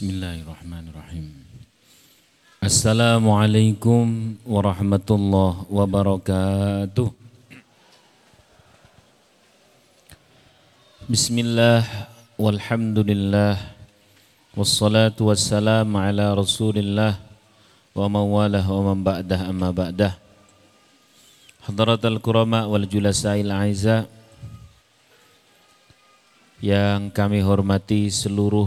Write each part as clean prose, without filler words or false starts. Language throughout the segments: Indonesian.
Bismillahirrahmanirrahim. Assalamualaikum warahmatullahi wabarakatuh. Bismillah walhamdulillah wassalatu wassalamu ala rasulillah wa mawalah wa man ba'dah amma ba'dah. Hadaratul kurama wal julasa'il aiza yang kami hormati seluruh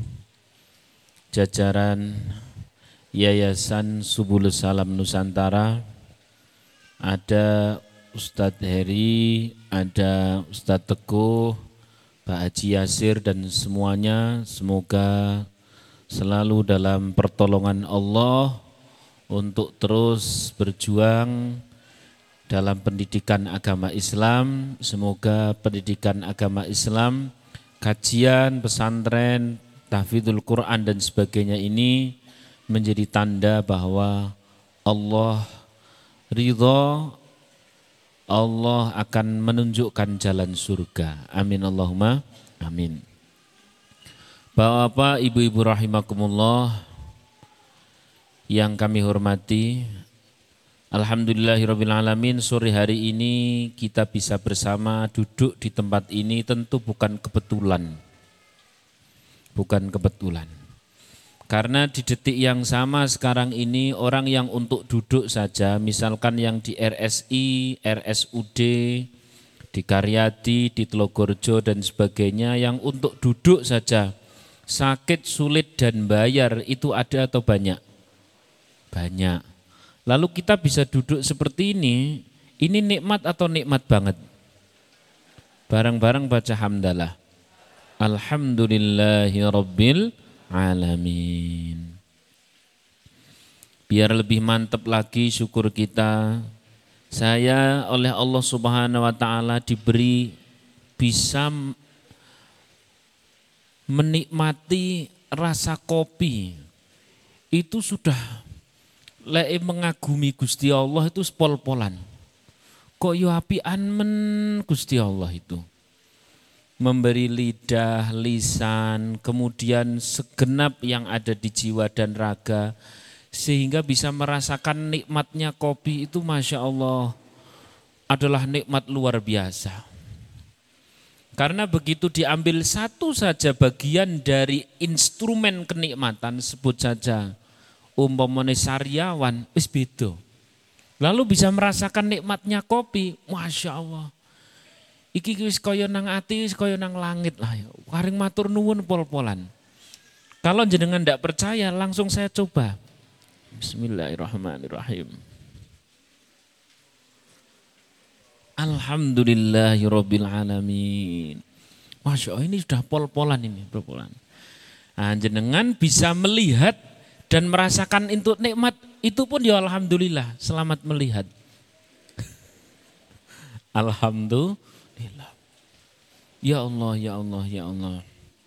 jajaran Yayasan Subulus Salam Nusantara, ada Ustadz Heri, ada Ustadz Teguh, Pak Haji Yasir dan semuanya semoga selalu dalam pertolongan Allah untuk terus berjuang dalam pendidikan agama Islam. Semoga pendidikan agama Islam, kajian, pesantren, tahfidzul Quran dan sebagainya ini menjadi tanda bahwa Allah ridha, Allah akan menunjukkan jalan surga. Amin Allahumma amin. Bapak, ibu-ibu rahimakumullah yang kami hormati, alhamdulillahirabbil alamin, sore hari ini kita bisa bersama duduk di tempat ini tentu bukan kebetulan. Bukan kebetulan. Karena di detik yang sama sekarang ini orang yang untuk duduk saja, misalkan yang di RSI, RSUD, di Karyadi, di Telogorjo dan sebagainya, yang untuk duduk saja sakit, sulit dan bayar itu ada atau banyak? Banyak. Lalu kita bisa duduk seperti ini nikmat atau nikmat banget? Barang-barang baca hamdalah. Alhamdulillahi rabbil alamin. Biar lebih mantap lagi syukur kita, saya oleh Allah Subhanahu wa taala diberi bisa menikmati rasa kopi. Itu sudah lek mengagumi Gusti Allah itu pol-polan. Kok yo apian men Gusti Allah itu. Memberi lidah, lisan, kemudian segenap yang ada di jiwa dan raga, sehingga bisa merasakan nikmatnya kopi itu, Masya Allah, adalah nikmat luar biasa. Karena begitu diambil satu saja bagian dari instrumen kenikmatan, sebut saja umpamane sariawan, wis beda. Lalu bisa merasakan nikmatnya kopi, Masya Allah. Iki wis kaya nang ati, wis kaya nang langit lah. Karing matur nuwun pol-polan. Kalau jenengan ndak percaya, langsung saya coba. Bismillahirrahmanirrahim. Alhamdulillahirabbil alamin. Masya Allah, ini sudah pol-polan ini, pol-polan. Nah, jenengan bisa melihat dan merasakan itu nikmat, itu pun ya alhamdulillah, selamat melihat. Alhamdulillah. Ya Allah, ya Allah, ya Allah.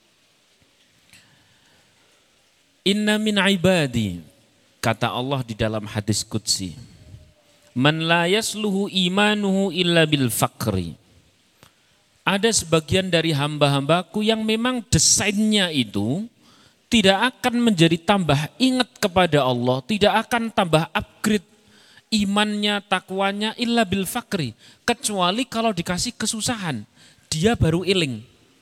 Inna min ibadi, kata Allah di dalam hadis qudsi, man la yasluhu imanuhu illa bil faqri. Ada sebagian dari hamba-hambaku yang memang desainnya itu tidak akan menjadi tambah ingat kepada Allah, tidak akan tambah upgrade imannya, takwanya illa bil faqri, kecuali kalau dikasih kesusahan, dia baru iling.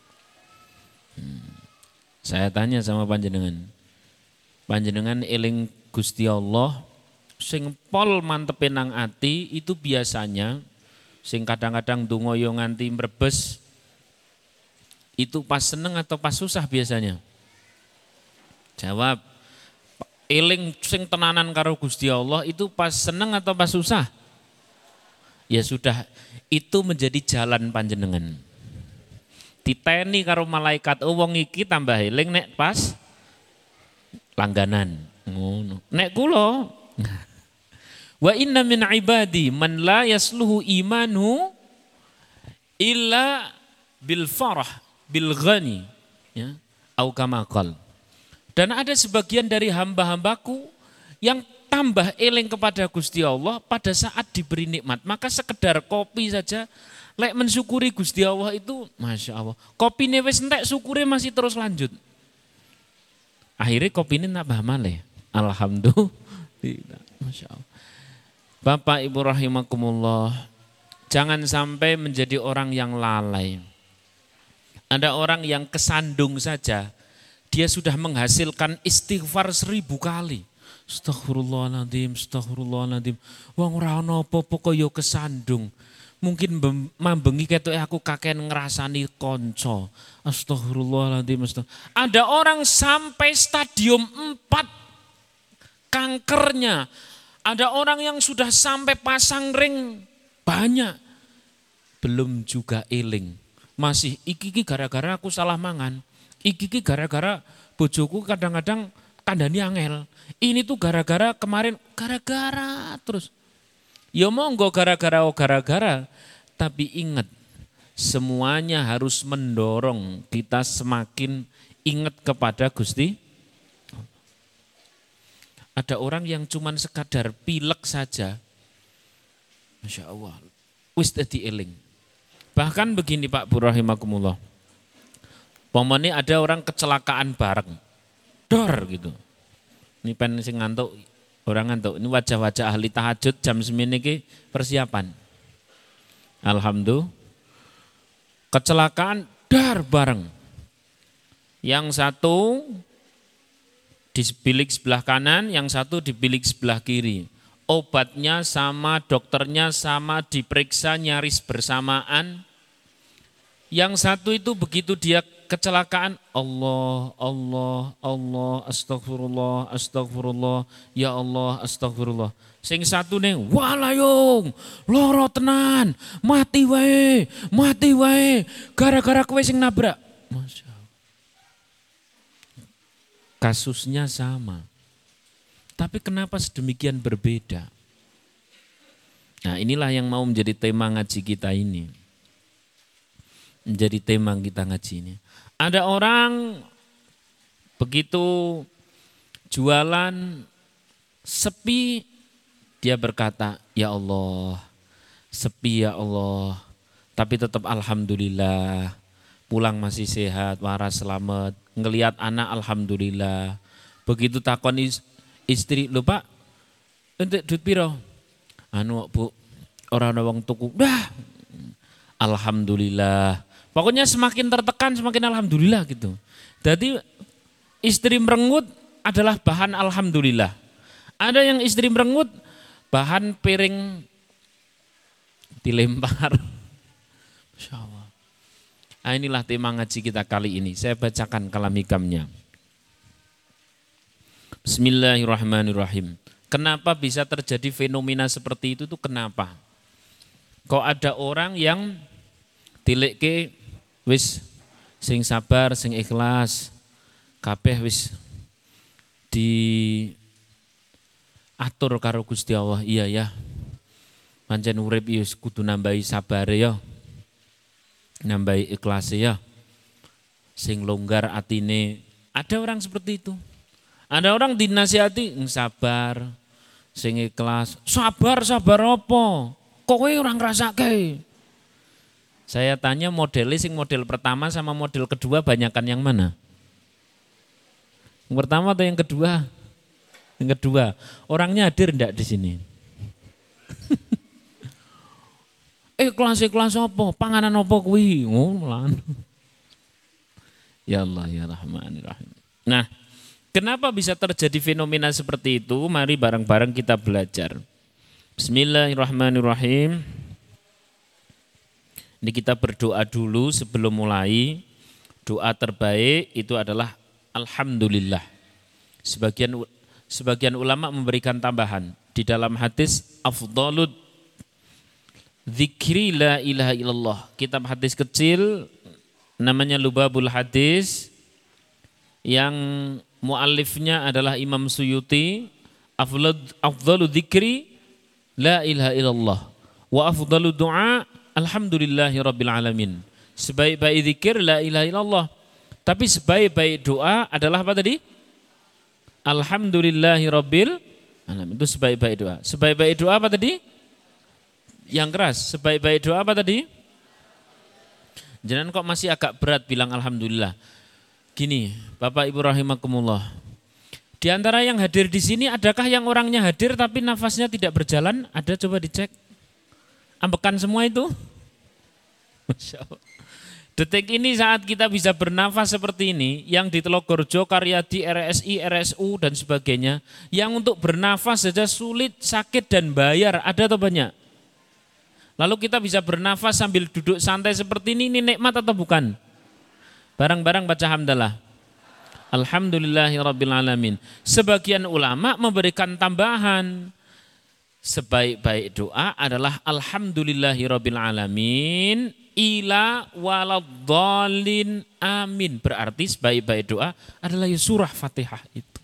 Saya tanya sama panjenengan, panjenengan eling Gusti Allah sing pol mantepe nang ati itu biasanya sing kadang-kadang ndonga yo nganti mrebes, itu pas seneng atau pas susah biasanya? Jawab, eling sing tenanan karo Gusti Allah itu pas seneng atau pas susah? Ya sudah, itu menjadi jalan panjenengan. Diteni karo malaikat, wong iki tambah eling nek pas langganan. Ngono. Nek kula wa inna min ibadi man la yasluhu imanu illa bil farah bil ghani, ya, au kama qala. Dan ada sebagian dari hamba-hambaku yang tambah eling kepada Gusti Allah pada saat diberi nikmat. Maka sekedar kopi saja, lek mensyukuri Gusti Allah itu, Masya Allah. Kopi wis entek, syukure masih terus lanjut. Akhirnya kopi ini nambah malih. Alhamdulillah. Masya Allah. Bapak Ibu rahimakumullah, jangan sampai menjadi orang yang lalai. Ada orang yang kesandung saja, dia sudah menghasilkan istighfar 1000 kali. Astaghfirullahaladzim, astaghfirullahaladzim. Wong ora ana apa-apa kaya kesandung. Mungkin mambengi ketok aku kakean ngrasani kanca. Astaghfirullahaladzim. Ada orang sampai stadium 4 kankernya. Ada orang yang sudah sampai pasang ring banyak. Belum juga eling. Masih iki gara-gara aku salah mangan. Iki gara-gara bojoku kadang-kadang kandhani angel. Ini tuh gara-gara kemarin, gara-gara terus. Ya monggo gara-gara. Tapi ingat, semuanya harus mendorong kita semakin ingat kepada Gusti. Ada orang yang cuman sekadar pilek saja, Masya Allah, wis dadi eling. Bahkan begini Pak Bu rahimakumullah, pokoknya ada orang kecelakaan bareng, dor gitu. Ini pen sing ngantuk, orang ngantuk. Ini wajah-wajah ahli tahajud jam semini ki persiapan. Alhamdulillah, kecelakaan dar bareng. Yang satu di bilik sebelah kanan, yang satu di bilik sebelah kiri. Obatnya sama, dokternya sama, diperiksa nyaris bersamaan. Yang satu itu begitu dia kecelakaan, Allah, astagfirullah, ya Allah, astagfirullah. Sing satu nih, walayung, loro tenan, mati wae, gara-gara kowe sing nabrak. Masya Allah. Kasusnya sama. Tapi kenapa sedemikian berbeda? Nah, inilah yang mau menjadi tema ngaji kita ini. Menjadi tema kita ngaji ini. Ada orang begitu jualan sepi, dia berkata, ya Allah, sepi ya Allah, tapi tetap alhamdulillah, pulang masih sehat, waras, selamat, ngelihat anak alhamdulillah. Begitu takon istri, lho Pak, entek duit piro? Anu Bu, ora ana wong tuku. Dah, alhamdulillah. Pokoknya semakin tertekan semakin alhamdulillah gitu. Jadi istri merengut adalah bahan alhamdulillah. Ada yang istri merengut bahan piring dilempar. Masya Allah. Nah, inilah tema ngaji kita kali ini. Saya bacakan kalam hikamnya. Bismillahirrahmanirrahim. Kenapa bisa terjadi fenomena seperti itu tuh kenapa? Kok ada orang yang tilekke wis sing sabar, sing ikhlas, kabeh wis diatur karo Gusti Allah. Iya ya. Pancen urip ya kudu nambahi sabare ya. Nambahi ikhlas ya. Sing longgar atine. Ada orang seperti itu. Ada orang dinasihati sabar, sing ikhlas. Sabar apa? Kowe ora ngrasake. Saya tanya modelnya sing model pertama sama model kedua banyakan yang mana? Yang pertama atau yang kedua? Yang kedua. Orangnya hadir enggak di sini? Kelas apa? Panganan apa kuwi? Ya Allah ya Rahmanirrahim. Nah, kenapa bisa terjadi fenomena seperti itu? Mari bareng-bareng kita belajar. Bismillahirrahmanirrahim. Ini kita berdoa dulu sebelum mulai. Doa terbaik itu adalah alhamdulillah. Sebagian ulama memberikan tambahan. Di dalam hadis afdhalud dzikri la ilaha illallah. Kitab hadis kecil namanya Lubabul Hadis yang muallifnya adalah Imam Suyuti. Afdhalu dzikri la ilaha illallah wa afdhalu du'a alhamdulillahi rabbil alamin. Sebaik-baik zikir la ilaha illallah. Tapi sebaik-baik doa adalah apa tadi? Alhamdulillahi rabbil alamin. Itu sebaik-baik doa. Sebaik-baik doa apa tadi? Yang keras. Sebaik-baik doa apa tadi? Jangan kok masih agak berat bilang alhamdulillah. Gini, Bapak Ibu rahimakumullah. Di antara yang hadir di sini, adakah yang orangnya hadir tapi nafasnya tidak berjalan? Ada, coba dicek. Ambekan semua itu? Masya Allah. Detik ini saat kita bisa bernafas seperti ini, yang di Telogorjo, Karyadi, RSI, RSU dan sebagainya, yang untuk bernafas saja sulit, sakit dan bayar, ada atau banyak? Lalu kita bisa bernafas sambil duduk santai seperti ini nikmat atau bukan? Barang-barang baca hamdalah. Alhamdulillahirrabbilalamin. Sebagian ulama memberikan tambahan. Sebaik-baik doa adalah Alhamdulillahirrabbilalamin ila waladhdallin amin. Berarti sebaik-baik doa adalah surah Fatihah itu.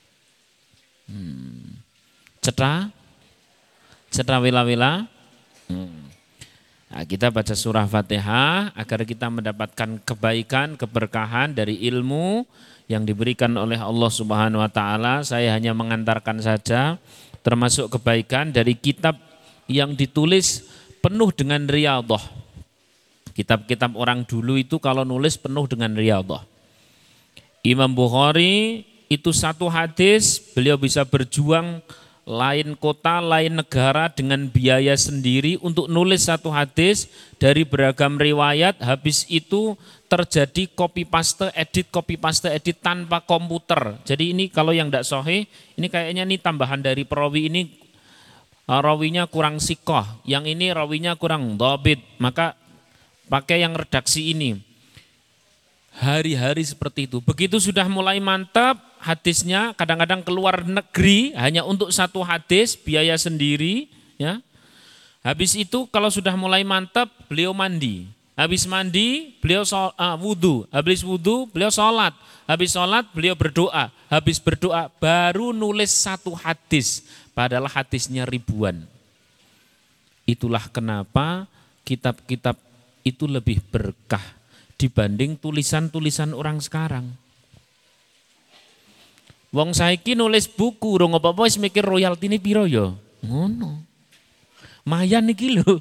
Cetra? Cetra wila-wila? Nah, kita baca surah Fatihah agar kita mendapatkan kebaikan, keberkahan dari ilmu yang diberikan oleh Allah Subhanahu wa taala. Saya hanya mengantarkan saja, termasuk kebaikan dari kitab yang ditulis penuh dengan riyadhah. Kitab-kitab orang dulu itu kalau nulis penuh dengan riyadhah. Imam Bukhari itu satu hadis beliau bisa berjuang lain kota, lain negara dengan biaya sendiri untuk nulis satu hadis dari beragam riwayat. Habis itu terjadi copy paste edit tanpa komputer. Jadi ini kalau yang tidak sahih, ini kayaknya ini tambahan dari perawi ini, rawinya kurang sikoh, yang ini rawinya kurang dhabit, maka pakai yang redaksi ini. Hari-hari seperti itu. Begitu sudah mulai mantap hadisnya, kadang-kadang keluar negeri hanya untuk satu hadis, biaya sendiri. Ya. Habis itu kalau sudah mulai mantap, beliau mandi. Habis mandi, beliau wudhu. Habis wudhu, beliau sholat. Habis sholat, beliau berdoa. Habis berdoa, baru nulis satu hadis. Padahal hadisnya ribuan. Itulah kenapa kitab-kitab itu lebih berkah dibanding tulisan-tulisan orang sekarang. Wong saiki nulis buku, rong apa-apa wis mikir royaltine piro ya. Ngono. Mayan iki lho.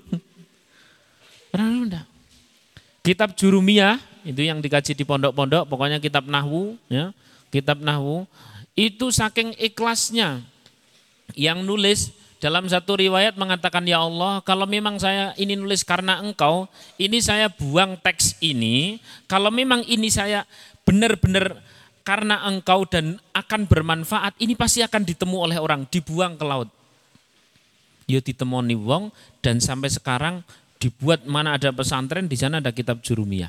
Ora ndak. Kitab Jurumiyah itu yang dikaji di pondok-pondok, pokoknya kitab nahwu ya. Kitab nahwu itu saking ikhlasnya yang nulis. Dalam satu riwayat mengatakan, ya Allah, kalau memang saya ini nulis karena engkau, ini saya buang teks ini. Kalau memang ini saya benar-benar karena engkau dan akan bermanfaat, ini pasti akan ditemu oleh orang, dibuang ke laut. Ya ditemoni wong, dan sampai sekarang dibuat mana ada pesantren, di sana ada kitab Jurumiyah.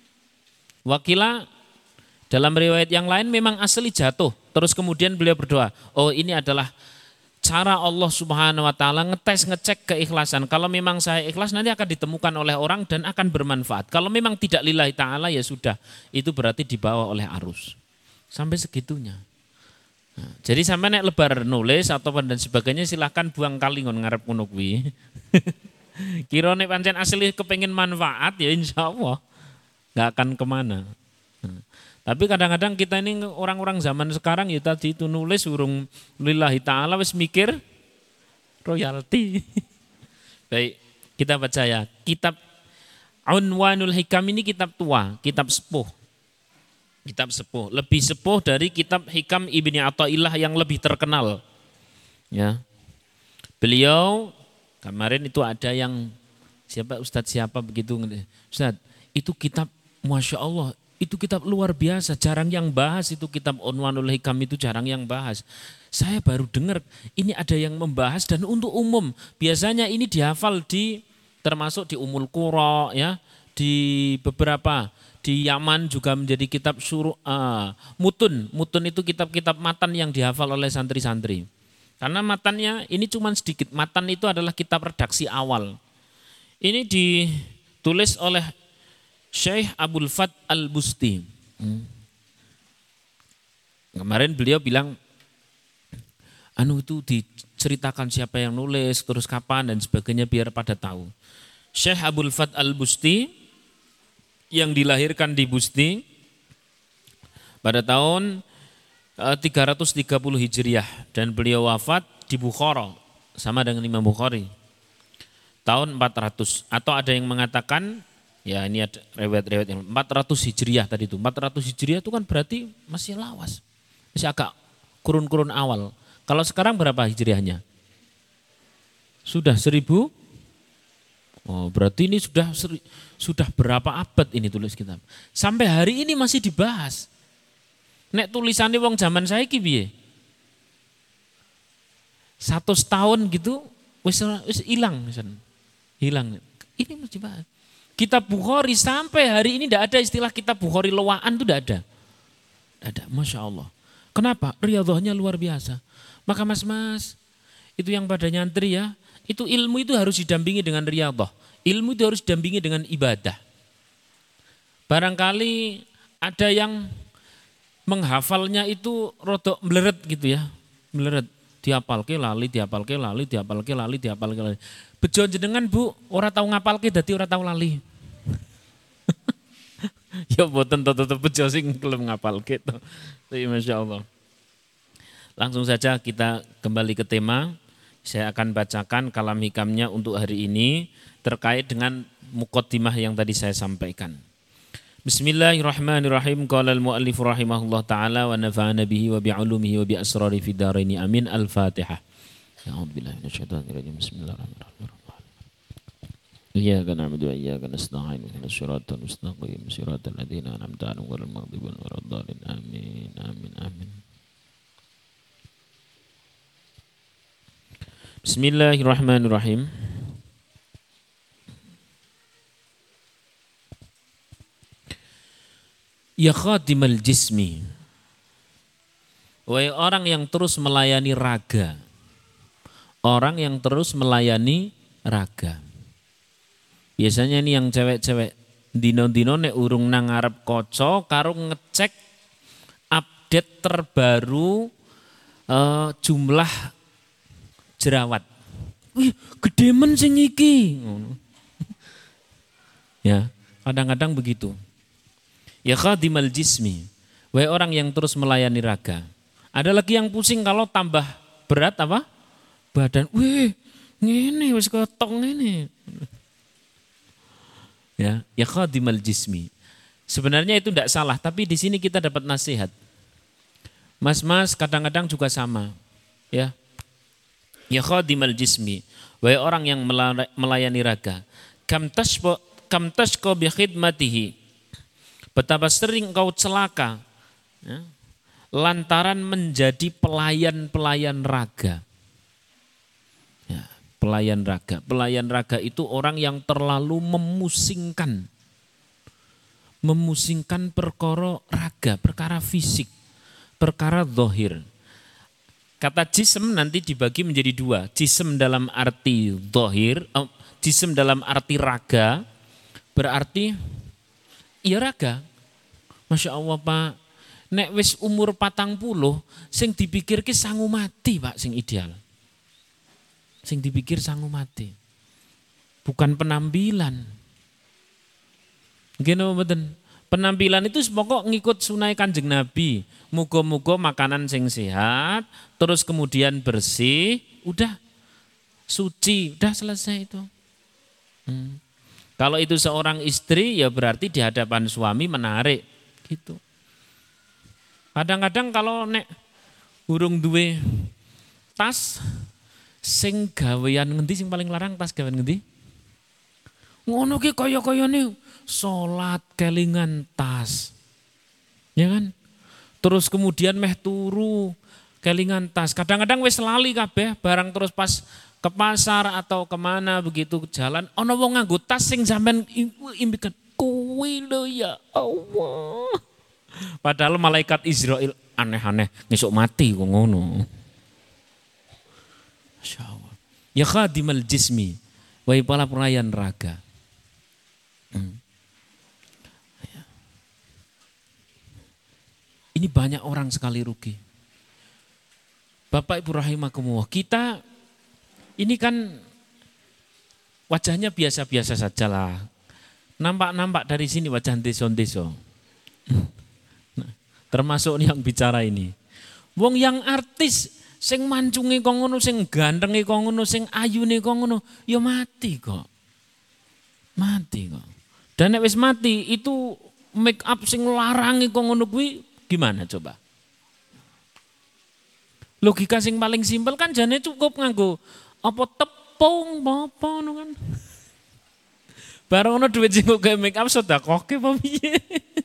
Wakila dalam riwayat yang lain memang asli jatuh, terus kemudian beliau berdoa, oh ini adalah cara Allah Subhanahu wa taala ngecek keikhlasan. Kalau memang saya ikhlas nanti akan ditemukan oleh orang dan akan bermanfaat. Kalau memang tidak lillahi taala ya sudah, itu berarti dibawa oleh arus. Sampai segitunya. Nah, jadi sampai nek lebar nulis atau dan sebagainya silahkan buang kali ngon ngarep ngono kuwi. Kira nek pancen asli kepengen manfaat ya insyaallah enggak akan kemana. Nah, tapi kadang-kadang kita ini orang-orang zaman sekarang ya tadi itu nulis urung lillahi ta'ala wis mikir royalti. Baik, kita baca ya. Kitab Unwanul Hikam ini kitab tua, kitab sepuh. Kitab sepuh, lebih sepuh dari kitab Hikam Ibni Athaillah yang lebih terkenal. Ya. Beliau kemarin itu ada yang Ustadz siapa begitu. Ustadz, itu kitab Masya Allah, itu kitab luar biasa, jarang yang bahas itu kitab Unwanul Hikam itu jarang yang bahas. Saya baru dengar ini ada yang membahas dan untuk umum. Biasanya ini dihafal termasuk di Ummul Qura ya, di beberapa di Yaman juga menjadi kitab mutun. Mutun itu kitab-kitab matan yang dihafal oleh santri-santri. Karena matannya ini cuma sedikit. Matan itu adalah kitab redaksi awal. Ini ditulis oleh Syekh Abdul Fat Al-Busti. Kemarin beliau bilang, itu diceritakan siapa yang nulis, terus kapan dan sebagainya biar pada tahu. Syekh Abdul Fat Al-Busti yang dilahirkan di Busti pada tahun 330 Hijriah dan beliau wafat di Bukhara sama dengan Imam Bukhari tahun 400, atau ada yang mengatakan ya ini ada riwayat-riwayat yang 400 Hijriah tadi itu. 400 Hijriah itu kan berarti masih lawas. Masih agak kurun-kurun awal. Kalau sekarang berapa hijriahnya? Sudah 1000? Oh, berarti ini sudah berapa abad ini tulis kitab. Sampai hari ini masih dibahas. Nek tulisannya wong zaman saiki piye? 100 tahun gitu wis hilang misalnya. Hilang. Ini mesti dibahas. Kitab Bukhari sampai hari ini tidak ada istilah kitab Bukhari lewaan itu tidak ada. Tidak ada, Masya Allah. Kenapa? Riyadhahnya luar biasa. Maka mas-mas, itu yang pada nyantri ya, itu ilmu itu harus didampingi dengan riyadhah. Ilmu itu harus didampingi dengan ibadah. Barangkali ada yang menghafalnya itu rodok meleret gitu ya. Meleret. Diapalke lali, diapalke lali, diapalke lali, diapalke lali. Bejo jenengan Bu, ora tahu ngapalke dadi ora tahu lali. Ya boten tetep bejo sing kelem ngapalke to. Masya Allah. Langsung saja kita kembali ke tema. Saya akan bacakan kalam hikamnya untuk hari ini terkait dengan muqaddimah yang tadi saya sampaikan. Bismillahirrahmanirrahim. Qala al-muallif rahimahullah taala wa nafa'ana bihi wa bi'ulumihi wa bi asrari fid dharain. Amin. Al-Fatihah. A'udzubillahi minasyaitonir rajim. Bismillahirrahmanirrahim. Iyyaka na'budu wa iyyaka nasta'in. Ihdinas siratal mustaqim. Siratal ladzina an'amta 'alaihim ghairil maghdubi 'alaihim waladdallin. Amin. Amin. Amin. Bismillahirrahmanirrahim. Ya khadimal jismi. Wahai orang yang terus melayani raga. Orang yang terus melayani raga. Biasanya ini yang cewek-cewek dino-dino nek urung nang ngarep kaca karo ngecek update terbaru jumlah jerawat. Wih, gede men sing iki. Ya, kadang-kadang begitu. Ya khadimal jismi. Wahai orang yang terus melayani raga. Ada lagi yang pusing kalau tambah berat apa? Badan. Wih, ngene wis ketong ngene. Ya khadimal jismi. Sebenarnya itu tidak salah, tapi di sini kita dapat nasihat. Mas-mas kadang-kadang juga sama. Ya khadimal jismi. Wahai orang yang melayani raga. Kam tashqa bi khidmatihi. Betapa sering kau celaka ya, lantaran menjadi pelayan-pelayan raga. Ya, pelayan raga. Pelayan raga itu orang yang terlalu memusingkan perkara raga, perkara fisik, perkara zahir. Kata jism nanti dibagi menjadi dua. Jism dalam arti zahir, jism dalam arti raga, berarti iya raga. Masya Allah Pak. Nek wis umur 40, sing dipikir ki sangu mati Pak, sing ideal. Sing dipikir sangu mati. Bukan penampilan. Gini betul. Penampilan itu pokok ngikut sunai Kanjeng Nabi. Muga-muga makanan sing sehat, terus kemudian bersih, udah suci, udah selesai itu. Kalau itu seorang istri ya berarti di hadapan suami menarik gitu. Kadang-kadang kalau nek urung duwe tas sing gawean ngendi sing paling larang tas gawean ngendi? Ngono ki kaya-kayane salat kelingan tas. Ya kan? Terus kemudian meh turu kelingan tas. Kadang-kadang wis lali kabeh barang terus pas ke pasar atau kemana begitu jalan, ono wong nganggo tas sing sampean impikan, kuwi lho ya Allah. Padahal malaikat Israel aneh-aneh ngesuk mati kok ngono. Masya Allah. Ya khadimal jismi, wahai para pelayan raga. Ini banyak orang sekali rugi. Bapak Ibu rahimakumullah, kita ini kan wajahnya biasa-biasa saja lah. Nampak-nampak dari sini wajah deso-deso. Termasuk yang bicara ini. Wong yang artis, sing mancungi kok ngono, sing gantengi kok ngono, sing ayune kok ngono, ya mati kok. Mati kok. Dan nek wis mati itu make up sing larangi kok ngono kuwi gimana coba? Logika sing paling simpel kan jane cukup nganggo apa tepung apa ngono kan. Barang ono duit sing gawe make up sedekahke apa piye?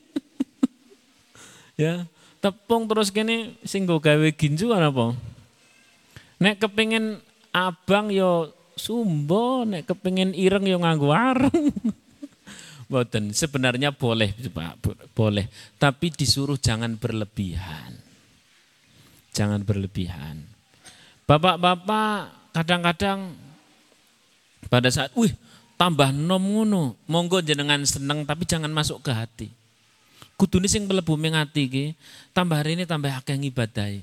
Ya, tepung terus kene sing gawe ginju apa? Nek kepengin abang yo sumbo, nek kepengin ireng yo nganggo areng. Mboten, sebenarnya boleh Pak, boleh. Tapi disuruh jangan berlebihan. Jangan berlebihan. Bapak-bapak kadang-kadang pada saat, tambah nom ngono, monggo jenengan seneng tapi jangan masuk ke hati. Kudune sing mlebu ning ati iki, tambah rene tambah akeh ngibadahi.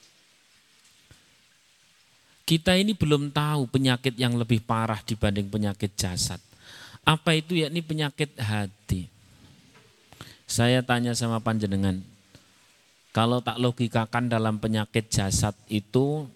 Kita ini belum tahu penyakit yang lebih parah dibanding penyakit jasad. Apa itu? Yakni penyakit hati. Saya tanya sama panjenengan, kalau tak logikakan dalam penyakit jasad itu,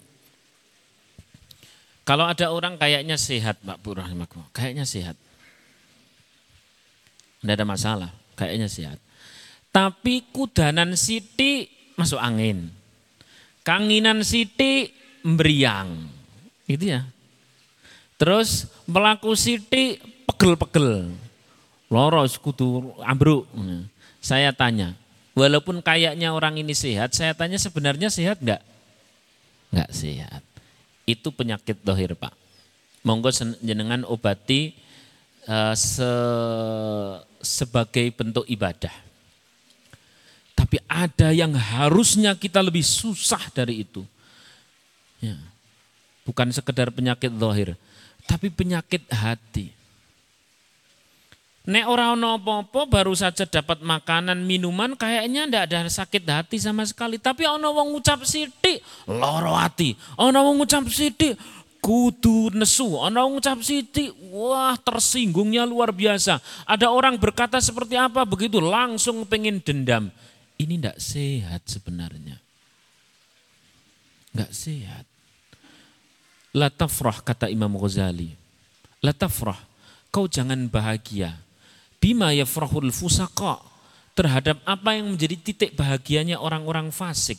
kalau ada orang kayaknya sehat, Pak Bu Rahimahku, kayaknya sehat. Tidak ada masalah, kayaknya sehat. Tapi kudanan siti masuk angin. Kanginan siti meriang. Gitu ya. Terus melaku siti pegel-pegel. Loros kudu ambruk. Saya tanya, walaupun kayaknya orang ini sehat, saya tanya sebenarnya sehat enggak? Enggak sehat. Itu penyakit dohir, Pak. Monggo jenengan obati sebagai bentuk ibadah. Tapi ada yang harusnya kita lebih susah dari itu. Ya. Bukan sekedar penyakit dohir, tapi penyakit hati. Nek ora ono apa-apa baru saja dapat makanan, minuman, kayaknya ndak ada sakit hati sama sekali. Tapi ono wong ngucap sithik lara hati. Ono wong ngucap sithik kudu nesu. Ono wong ngucap sithik wah tersinggungnya luar biasa. Ada orang berkata seperti apa begitu langsung pengen dendam. Ini ndak sehat sebenarnya. Nggak sehat. La tafrah kata Imam Ghazali. La tafrah, kau jangan bahagia. Bima yafrahul fusaqa, terhadap apa yang menjadi titik bahagianya orang-orang fasik.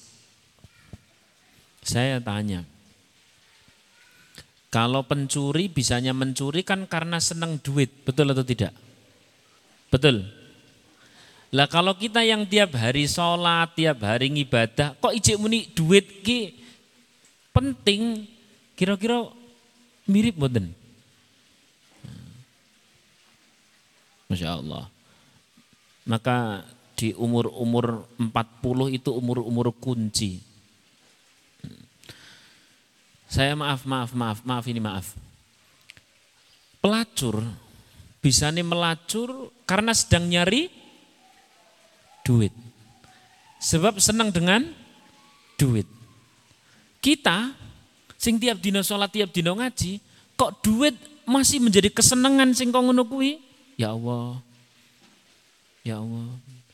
Saya tanya, kalau pencuri bisanya mencuri kan karena senang duit, betul atau tidak? Betul. Lah kalau kita yang tiap hari sholat, tiap hari ngibadah, kok ijek muni duit ki penting, kira-kira mirip mboten? Masya Allah. Maka di umur-umur 40 itu umur-umur kunci. Saya maaf. Pelacur bisa nih melacur karena sedang nyari duit. Sebab senang dengan duit. Kita sing tiap dino sholat, tiap dino ngaji, kok duit masih menjadi kesenangan sing kok ngono kuwi? Ya Allah. Ya Allah.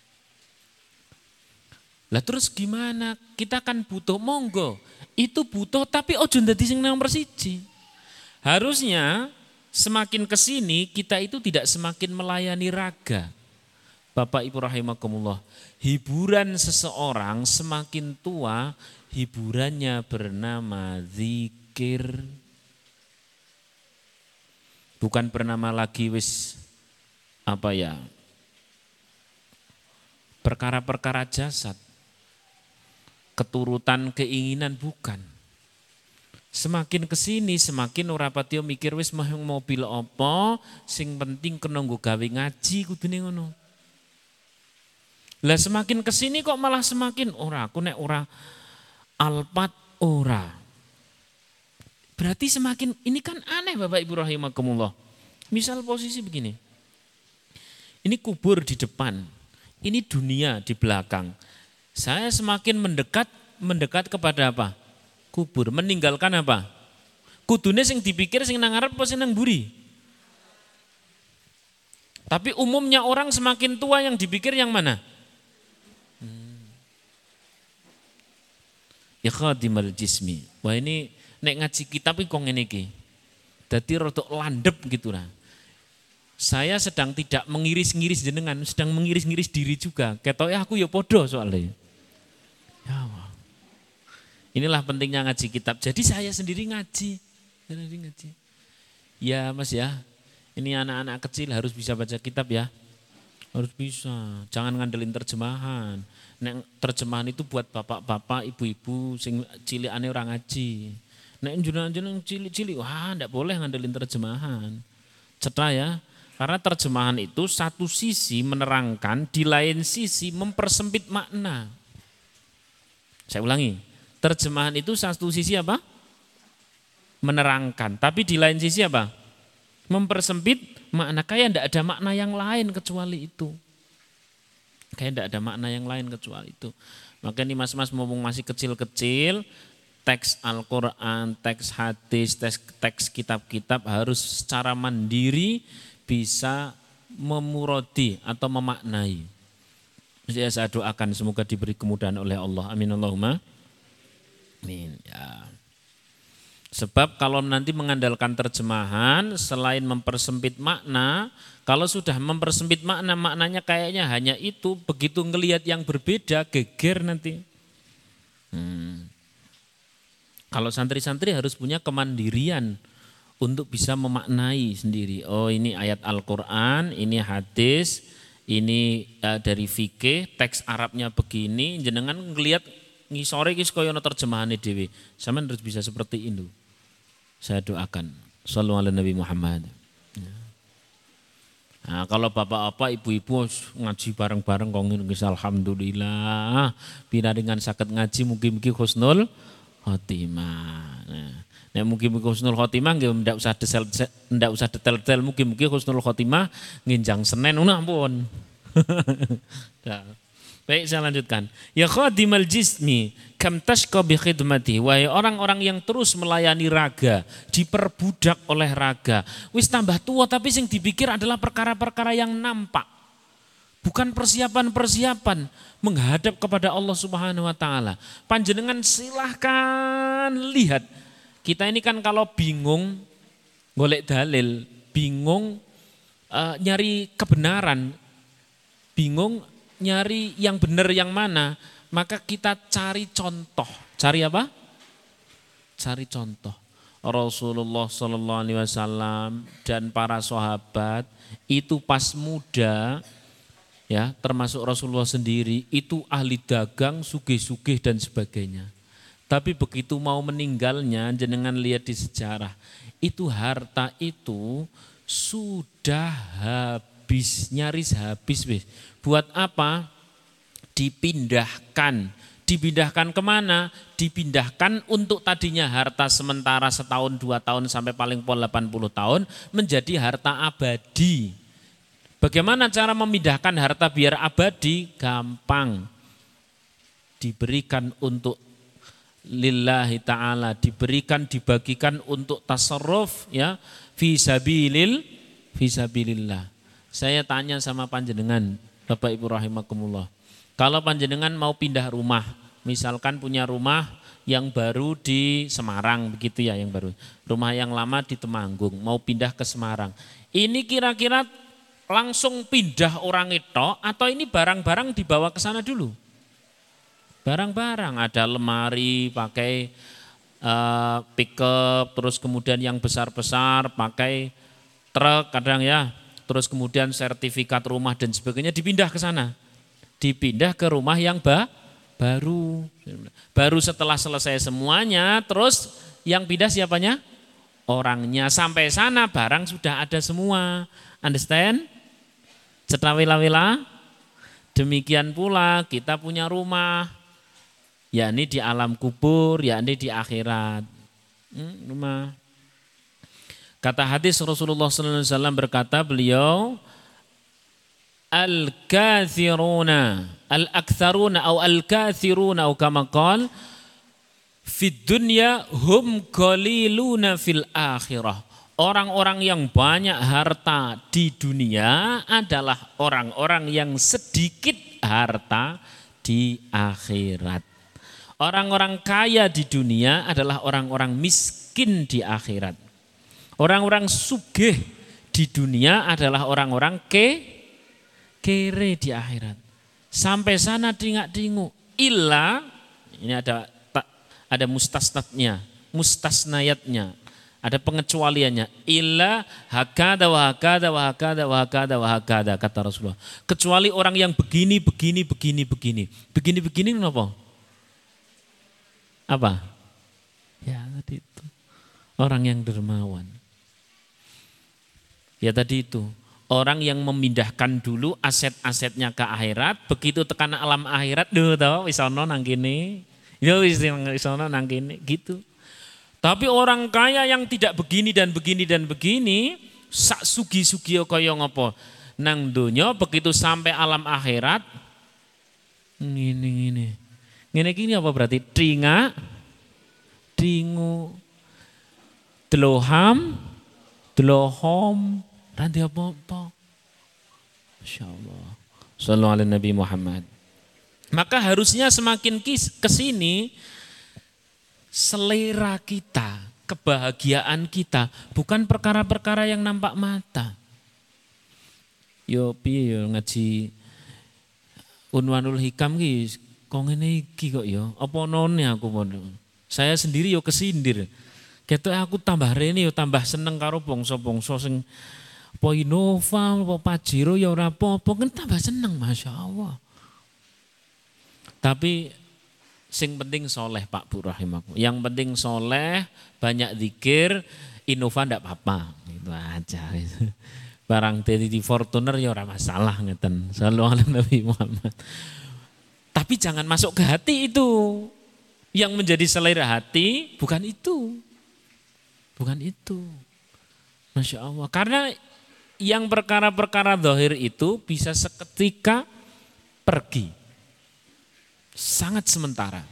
Lah terus gimana? Kita kan butuh, monggo. Itu butuh tapi ojo dadi sing nomor siji. Harusnya semakin kesini kita itu tidak semakin melayani raga. Bapak Ibu rahimakumullah, hiburan seseorang semakin tua, hiburannya bernama zikir. Bukan bernama lagi perkara-perkara jasad, keturutan keinginan, bukan. Semakin kesini semakin ora patio mikir wis mobil apa, sing penting kena nggo gawe ngaji kudune ngono. Lah semakin kesini kok malah semakin aku nek ora Alphard ora. Berarti semakin ini kan aneh Bapak Ibu rahimakumullah. Misal posisi begini. Ini kubur di depan. Ini dunia di belakang. Saya semakin mendekat kepada apa? Kubur, meninggalkan apa? Kudune sing dipikir sing nang ngarep apa sing nang mburi? Tapi umumnya orang semakin tua yang dipikir yang mana? Ya khadimal jismi. Wah ini nek ngaji kitab iki kok ngene iki. Dadi rada landep gitu lah. Saya sedang tidak mengiris-ngiris jenengan, sedang mengiris-ngiris diri juga. Ketoke aku ya podo soalnya. Ya Allah. Inilah pentingnya ngaji kitab. Jadi saya sendiri ngaji. Ya Mas ya, ini anak-anak kecil harus bisa baca kitab ya. Harus bisa, jangan ngandelin terjemahan. Nek terjemahan itu buat bapak-bapak, ibu-ibu, sing cilikane orang ngaji. Nek jenengan cilik-cilik, wah ndak boleh ngandelin terjemahan. Cetha ya, karena terjemahan itu satu sisi menerangkan, di lain sisi mempersempit makna. Saya ulangi, terjemahan itu satu sisi apa? Menerangkan, tapi di lain sisi apa? Mempersempit makna. Kayak tidak ada makna yang lain kecuali itu. Kayak tidak ada makna yang lain kecuali itu. Maka ini mas-mas mumpung masih kecil-kecil, teks Al-Quran, teks hadis, teks kitab-kitab harus secara mandiri bisa memurodi atau memaknai. Saya doakan semoga diberi kemudahan oleh Allah. Amin Allahumma. Amin. Ya. Sebab kalau nanti mengandalkan terjemahan selain mempersempit makna, kalau sudah mempersempit makna, maknanya kayaknya hanya itu, begitu ngelihat yang berbeda geger nanti. Kalau santri-santri harus punya kemandirian untuk bisa memaknai sendiri. Oh ini ayat Al-Quran, ini hadis, ini dari fikih, teks Arabnya begini, jenengan ngelihat ngisore iki kaya ana terjemahane dhewe. Sampeyan harus bisa seperti itu. Saya doakan. Shallu ala Nabi Muhammad. Nah, kalau bapak-bapak, ibu-ibu ngaji bareng-bareng kok ngene alhamdulillah. Pinaringan saged ngaji mugi-mugi husnul khotimah. Nah, mugi-mugi husnul khotimah nggih ndak usah detail-detail, mugi-mugi husnul khotimah nginjang Senin ampun. Nah. Baik, saya lanjutkan. Ya khadimal jismi kam tashqa bi khidmati. Wahai orang-orang yang terus melayani raga, diperbudak oleh raga. Wis tambah tua tapi sing dipikir adalah perkara-perkara yang nampak. Bukan persiapan-persiapan menghadap kepada Allah Subhanahu wa taala. Panjenengan silahkan lihat. Kita ini kan kalau bingung golek dalil, bingung nyari kebenaran, bingung nyari yang benar yang mana, maka kita cari contoh. Cari apa? Cari contoh. Rasulullah Sallallahu Alaihi Wasallam dan para sahabat itu pas muda, ya termasuk Rasulullah sendiri itu ahli dagang, sugih-sugih dan sebagainya. Tapi begitu mau meninggalnya, jenengan lihat di sejarah, itu harta itu sudah habis, nyaris habis. Buat apa? Dipindahkan. Dipindahkan kemana? Dipindahkan untuk tadinya harta sementara setahun, 2 tahun sampai paling pol 80 tahun menjadi harta abadi. Bagaimana cara memindahkan harta biar abadi? Gampang. Diberikan untuk lillahi ta'ala, diberikan, dibagikan untuk tasarruf, ya, fisabilillah. Saya tanya sama panjenengan, Bapak Ibu rahimakumullah. Kalau panjenengan mau pindah rumah, misalkan punya rumah yang baru di Semarang, begitu ya yang baru. Rumah yang lama di Temanggung, mau pindah ke Semarang. Ini kira-kira langsung pindah orang itu atau ini barang-barang dibawa ke sana dulu? Barang-barang, ada lemari pakai pickup, terus kemudian yang besar-besar pakai truk kadang ya. Terus kemudian sertifikat rumah dan sebagainya dipindah ke sana. Dipindah ke rumah yang baru. Baru setelah selesai semuanya, terus yang pindah siapanya? Orangnya. Sampai sana barang sudah ada semua. Understand? Cetawila-wila. Demikian pula kita punya rumah. Yakni di alam kubur, yakni di akhirat. Rumah. Kata hadis Rasulullah SAW berkata beliau, al-kathiruna, al-aktsaruna atau al-kathiruna atau kama qala fid dunya hum qaliluna fil akhirah. Orang-orang yang banyak harta di dunia adalah orang-orang yang sedikit harta di akhirat. Orang-orang kaya di dunia adalah orang-orang miskin di akhirat. Orang-orang sugih di dunia adalah orang-orang kere di akhirat. Sampai sana dingak-dingu. Illa, ini ada mustasnayatnya, ada pengecualiannya. Illa hakada wa hakada wa hakada wa hakada wa hakada, kata Rasulullah. Kecuali orang yang begini. Begini kenapa? Apa? Ya tadi itu. Orang yang dermawan. Ya tadi itu. Orang yang memindahkan dulu aset-asetnya ke akhirat, begitu tekan alam akhirat, wis ana nang kene. Ya wis ana nang kene gitu. Tapi orang kaya yang tidak begini dan begini, sak sugi-sugi kaya ngopo. Nang donya begitu sampai alam akhirat, ngene. Ngene iki apa berarti? Dingu, delohom, ranti apa-apa. Masyaallah. Sallallahu alaihi Nabi Muhammad. Maka harusnya semakin kesini, selera kita, kebahagiaan kita bukan perkara-perkara yang nampak mata. Yo piye yo ngaji Unwanul Hikam ki kok ngene iki kok yo. Apa none aku pon. Saya sendiri yo kesindir. Ketok aku tambah rene yo tambah seneng karo bangsa-bangsa sing apa Innova, apa Pajero ya ora apa-apa kan tambah seneng masyaallah. Tapi sing penting soleh Pak Bu rahimakum. Yang penting soleh, banyak zikir, Innova ndak apa-apa. Itu aja. Barang di Fortuner ya ora masalah ngeten. Sallallahu alaihi Nabi Muhammad. Tapi jangan masuk ke hati itu. Yang menjadi selera hati bukan itu. Bukan itu. Masya Allah. Karena yang perkara-perkara zahir itu bisa seketika pergi. Sangat sementara.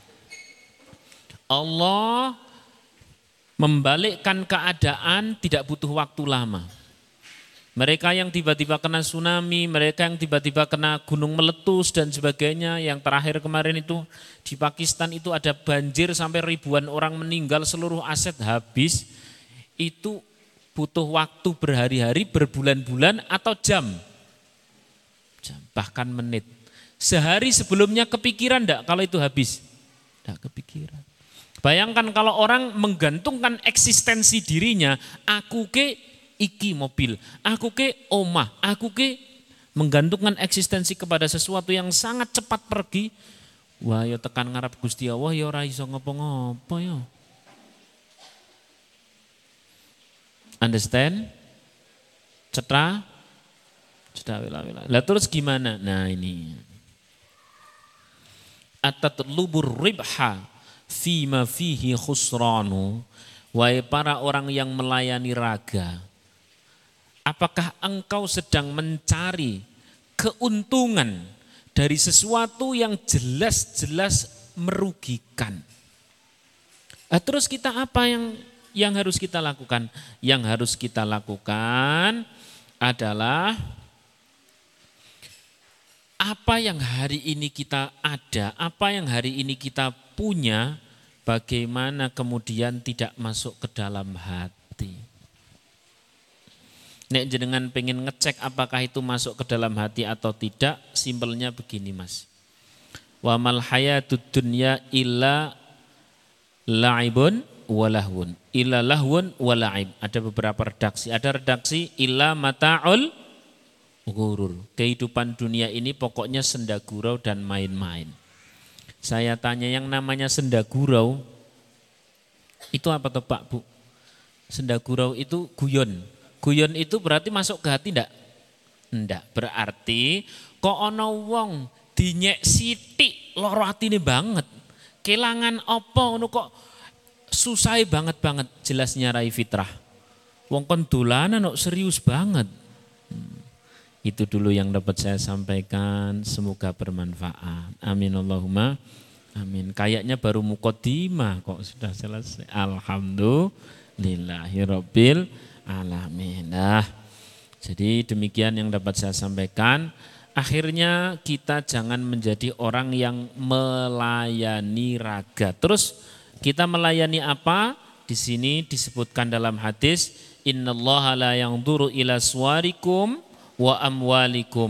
Allah membalikkan keadaan tidak butuh waktu lama. Mereka yang tiba-tiba kena tsunami, mereka yang tiba-tiba kena gunung meletus dan sebagainya. Yang terakhir kemarin itu di Pakistan itu ada banjir sampai ribuan orang meninggal, seluruh aset habis. Itu butuh waktu berhari-hari, berbulan-bulan atau jam, bahkan menit. Sehari sebelumnya kepikiran enggak kalau itu habis? Enggak kepikiran. Bayangkan kalau orang menggantungkan eksistensi dirinya, aku ke iki mobil, aku ke omah, aku ke menggantungkan eksistensi kepada sesuatu yang sangat cepat pergi. Wah ya tekan ngarep Gusti Allah ya ora iso ngopo-ngopo ya. Understand? Cetra? Wila. Lah terus gimana? Nah ini. Atatlubur ribha fima fihi khusranu. Wahai para orang yang melayani raga. Apakah engkau sedang mencari keuntungan dari sesuatu yang jelas-jelas merugikan? Terus kita apa yang harus kita lakukan? Yang harus kita lakukan adalah apa yang hari ini kita ada, apa yang hari ini kita punya, bagaimana kemudian tidak masuk ke dalam hati. Nek jenengan pengen ngecek apakah itu masuk ke dalam hati atau tidak, simpelnya begini Mas. Wa mal hayatud dunya illa la'ibun walahwun, illa lahwun wala'ib. Ada beberapa redaksi. Ada redaksi illa mata'ul ghurur. Kehidupan dunia ini pokoknya senda gurau dan main-main. Saya tanya yang namanya senda gurau itu apa toh Pak Bu? Senda gurau itu guyon. Guyon itu berarti masuk ke hati enggak? Enggak. Berarti kok ana wong dinyek sithik lara atine banget. Kelangan apa ngono kok susah banget jelas nyarai fitrah. Wong kon dolanan kok serius banget. Itu dulu yang dapat saya sampaikan, semoga bermanfaat. Amin Allahumma amin. Kayaknya baru muqaddimah kok sudah selesai. Alhamdulillahirabbil alamin. Nah, jadi demikian yang dapat saya sampaikan. Akhirnya kita jangan menjadi orang yang melayani raga. Terus kita melayani apa? Di sini disebutkan dalam hadis, innallaha la yanzuru ila suwarikum wa amwalikum,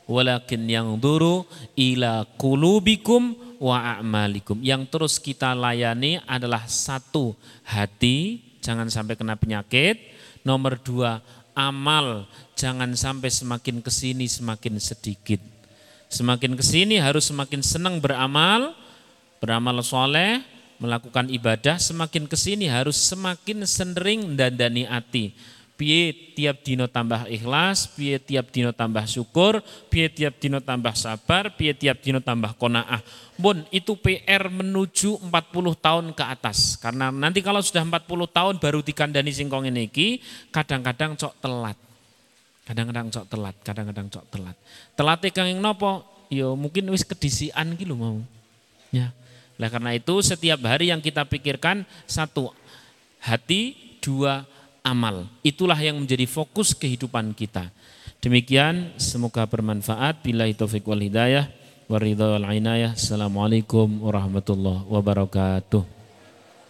walakin yanzuru ila qulubikum wa a'malikum. Yang terus kita layani adalah satu, hati, jangan sampai kena penyakit. Nomor dua, amal, jangan sampai semakin kesini semakin sedikit. Semakin kesini harus semakin senang beramal soleh, melakukan ibadah. Semakin kesini harus semakin sering dandani hati. Piye tiap dino tambah ikhlas, piye tiap dino tambah syukur, piye tiap dino tambah sabar, piye tiap dino tambah qanaah. Bun, itu PR menuju 40 tahun ke atas. Karena nanti kalau sudah 40 tahun baru dikandani singkong ini, kadang-kadang cok telat. Kadang-kadang cok telat. Telat kang nopo? Yo mungkin wis kedisian gitu mau. Ya. Nah, karena itu setiap hari yang kita pikirkan, satu, hati, dua, amal. Itulah yang menjadi fokus kehidupan kita. Demikian, semoga bermanfaat. Billahi taufiq wal hidayah, waridha wal inayah. Assalamualaikum warahmatullahi wabarakatuh.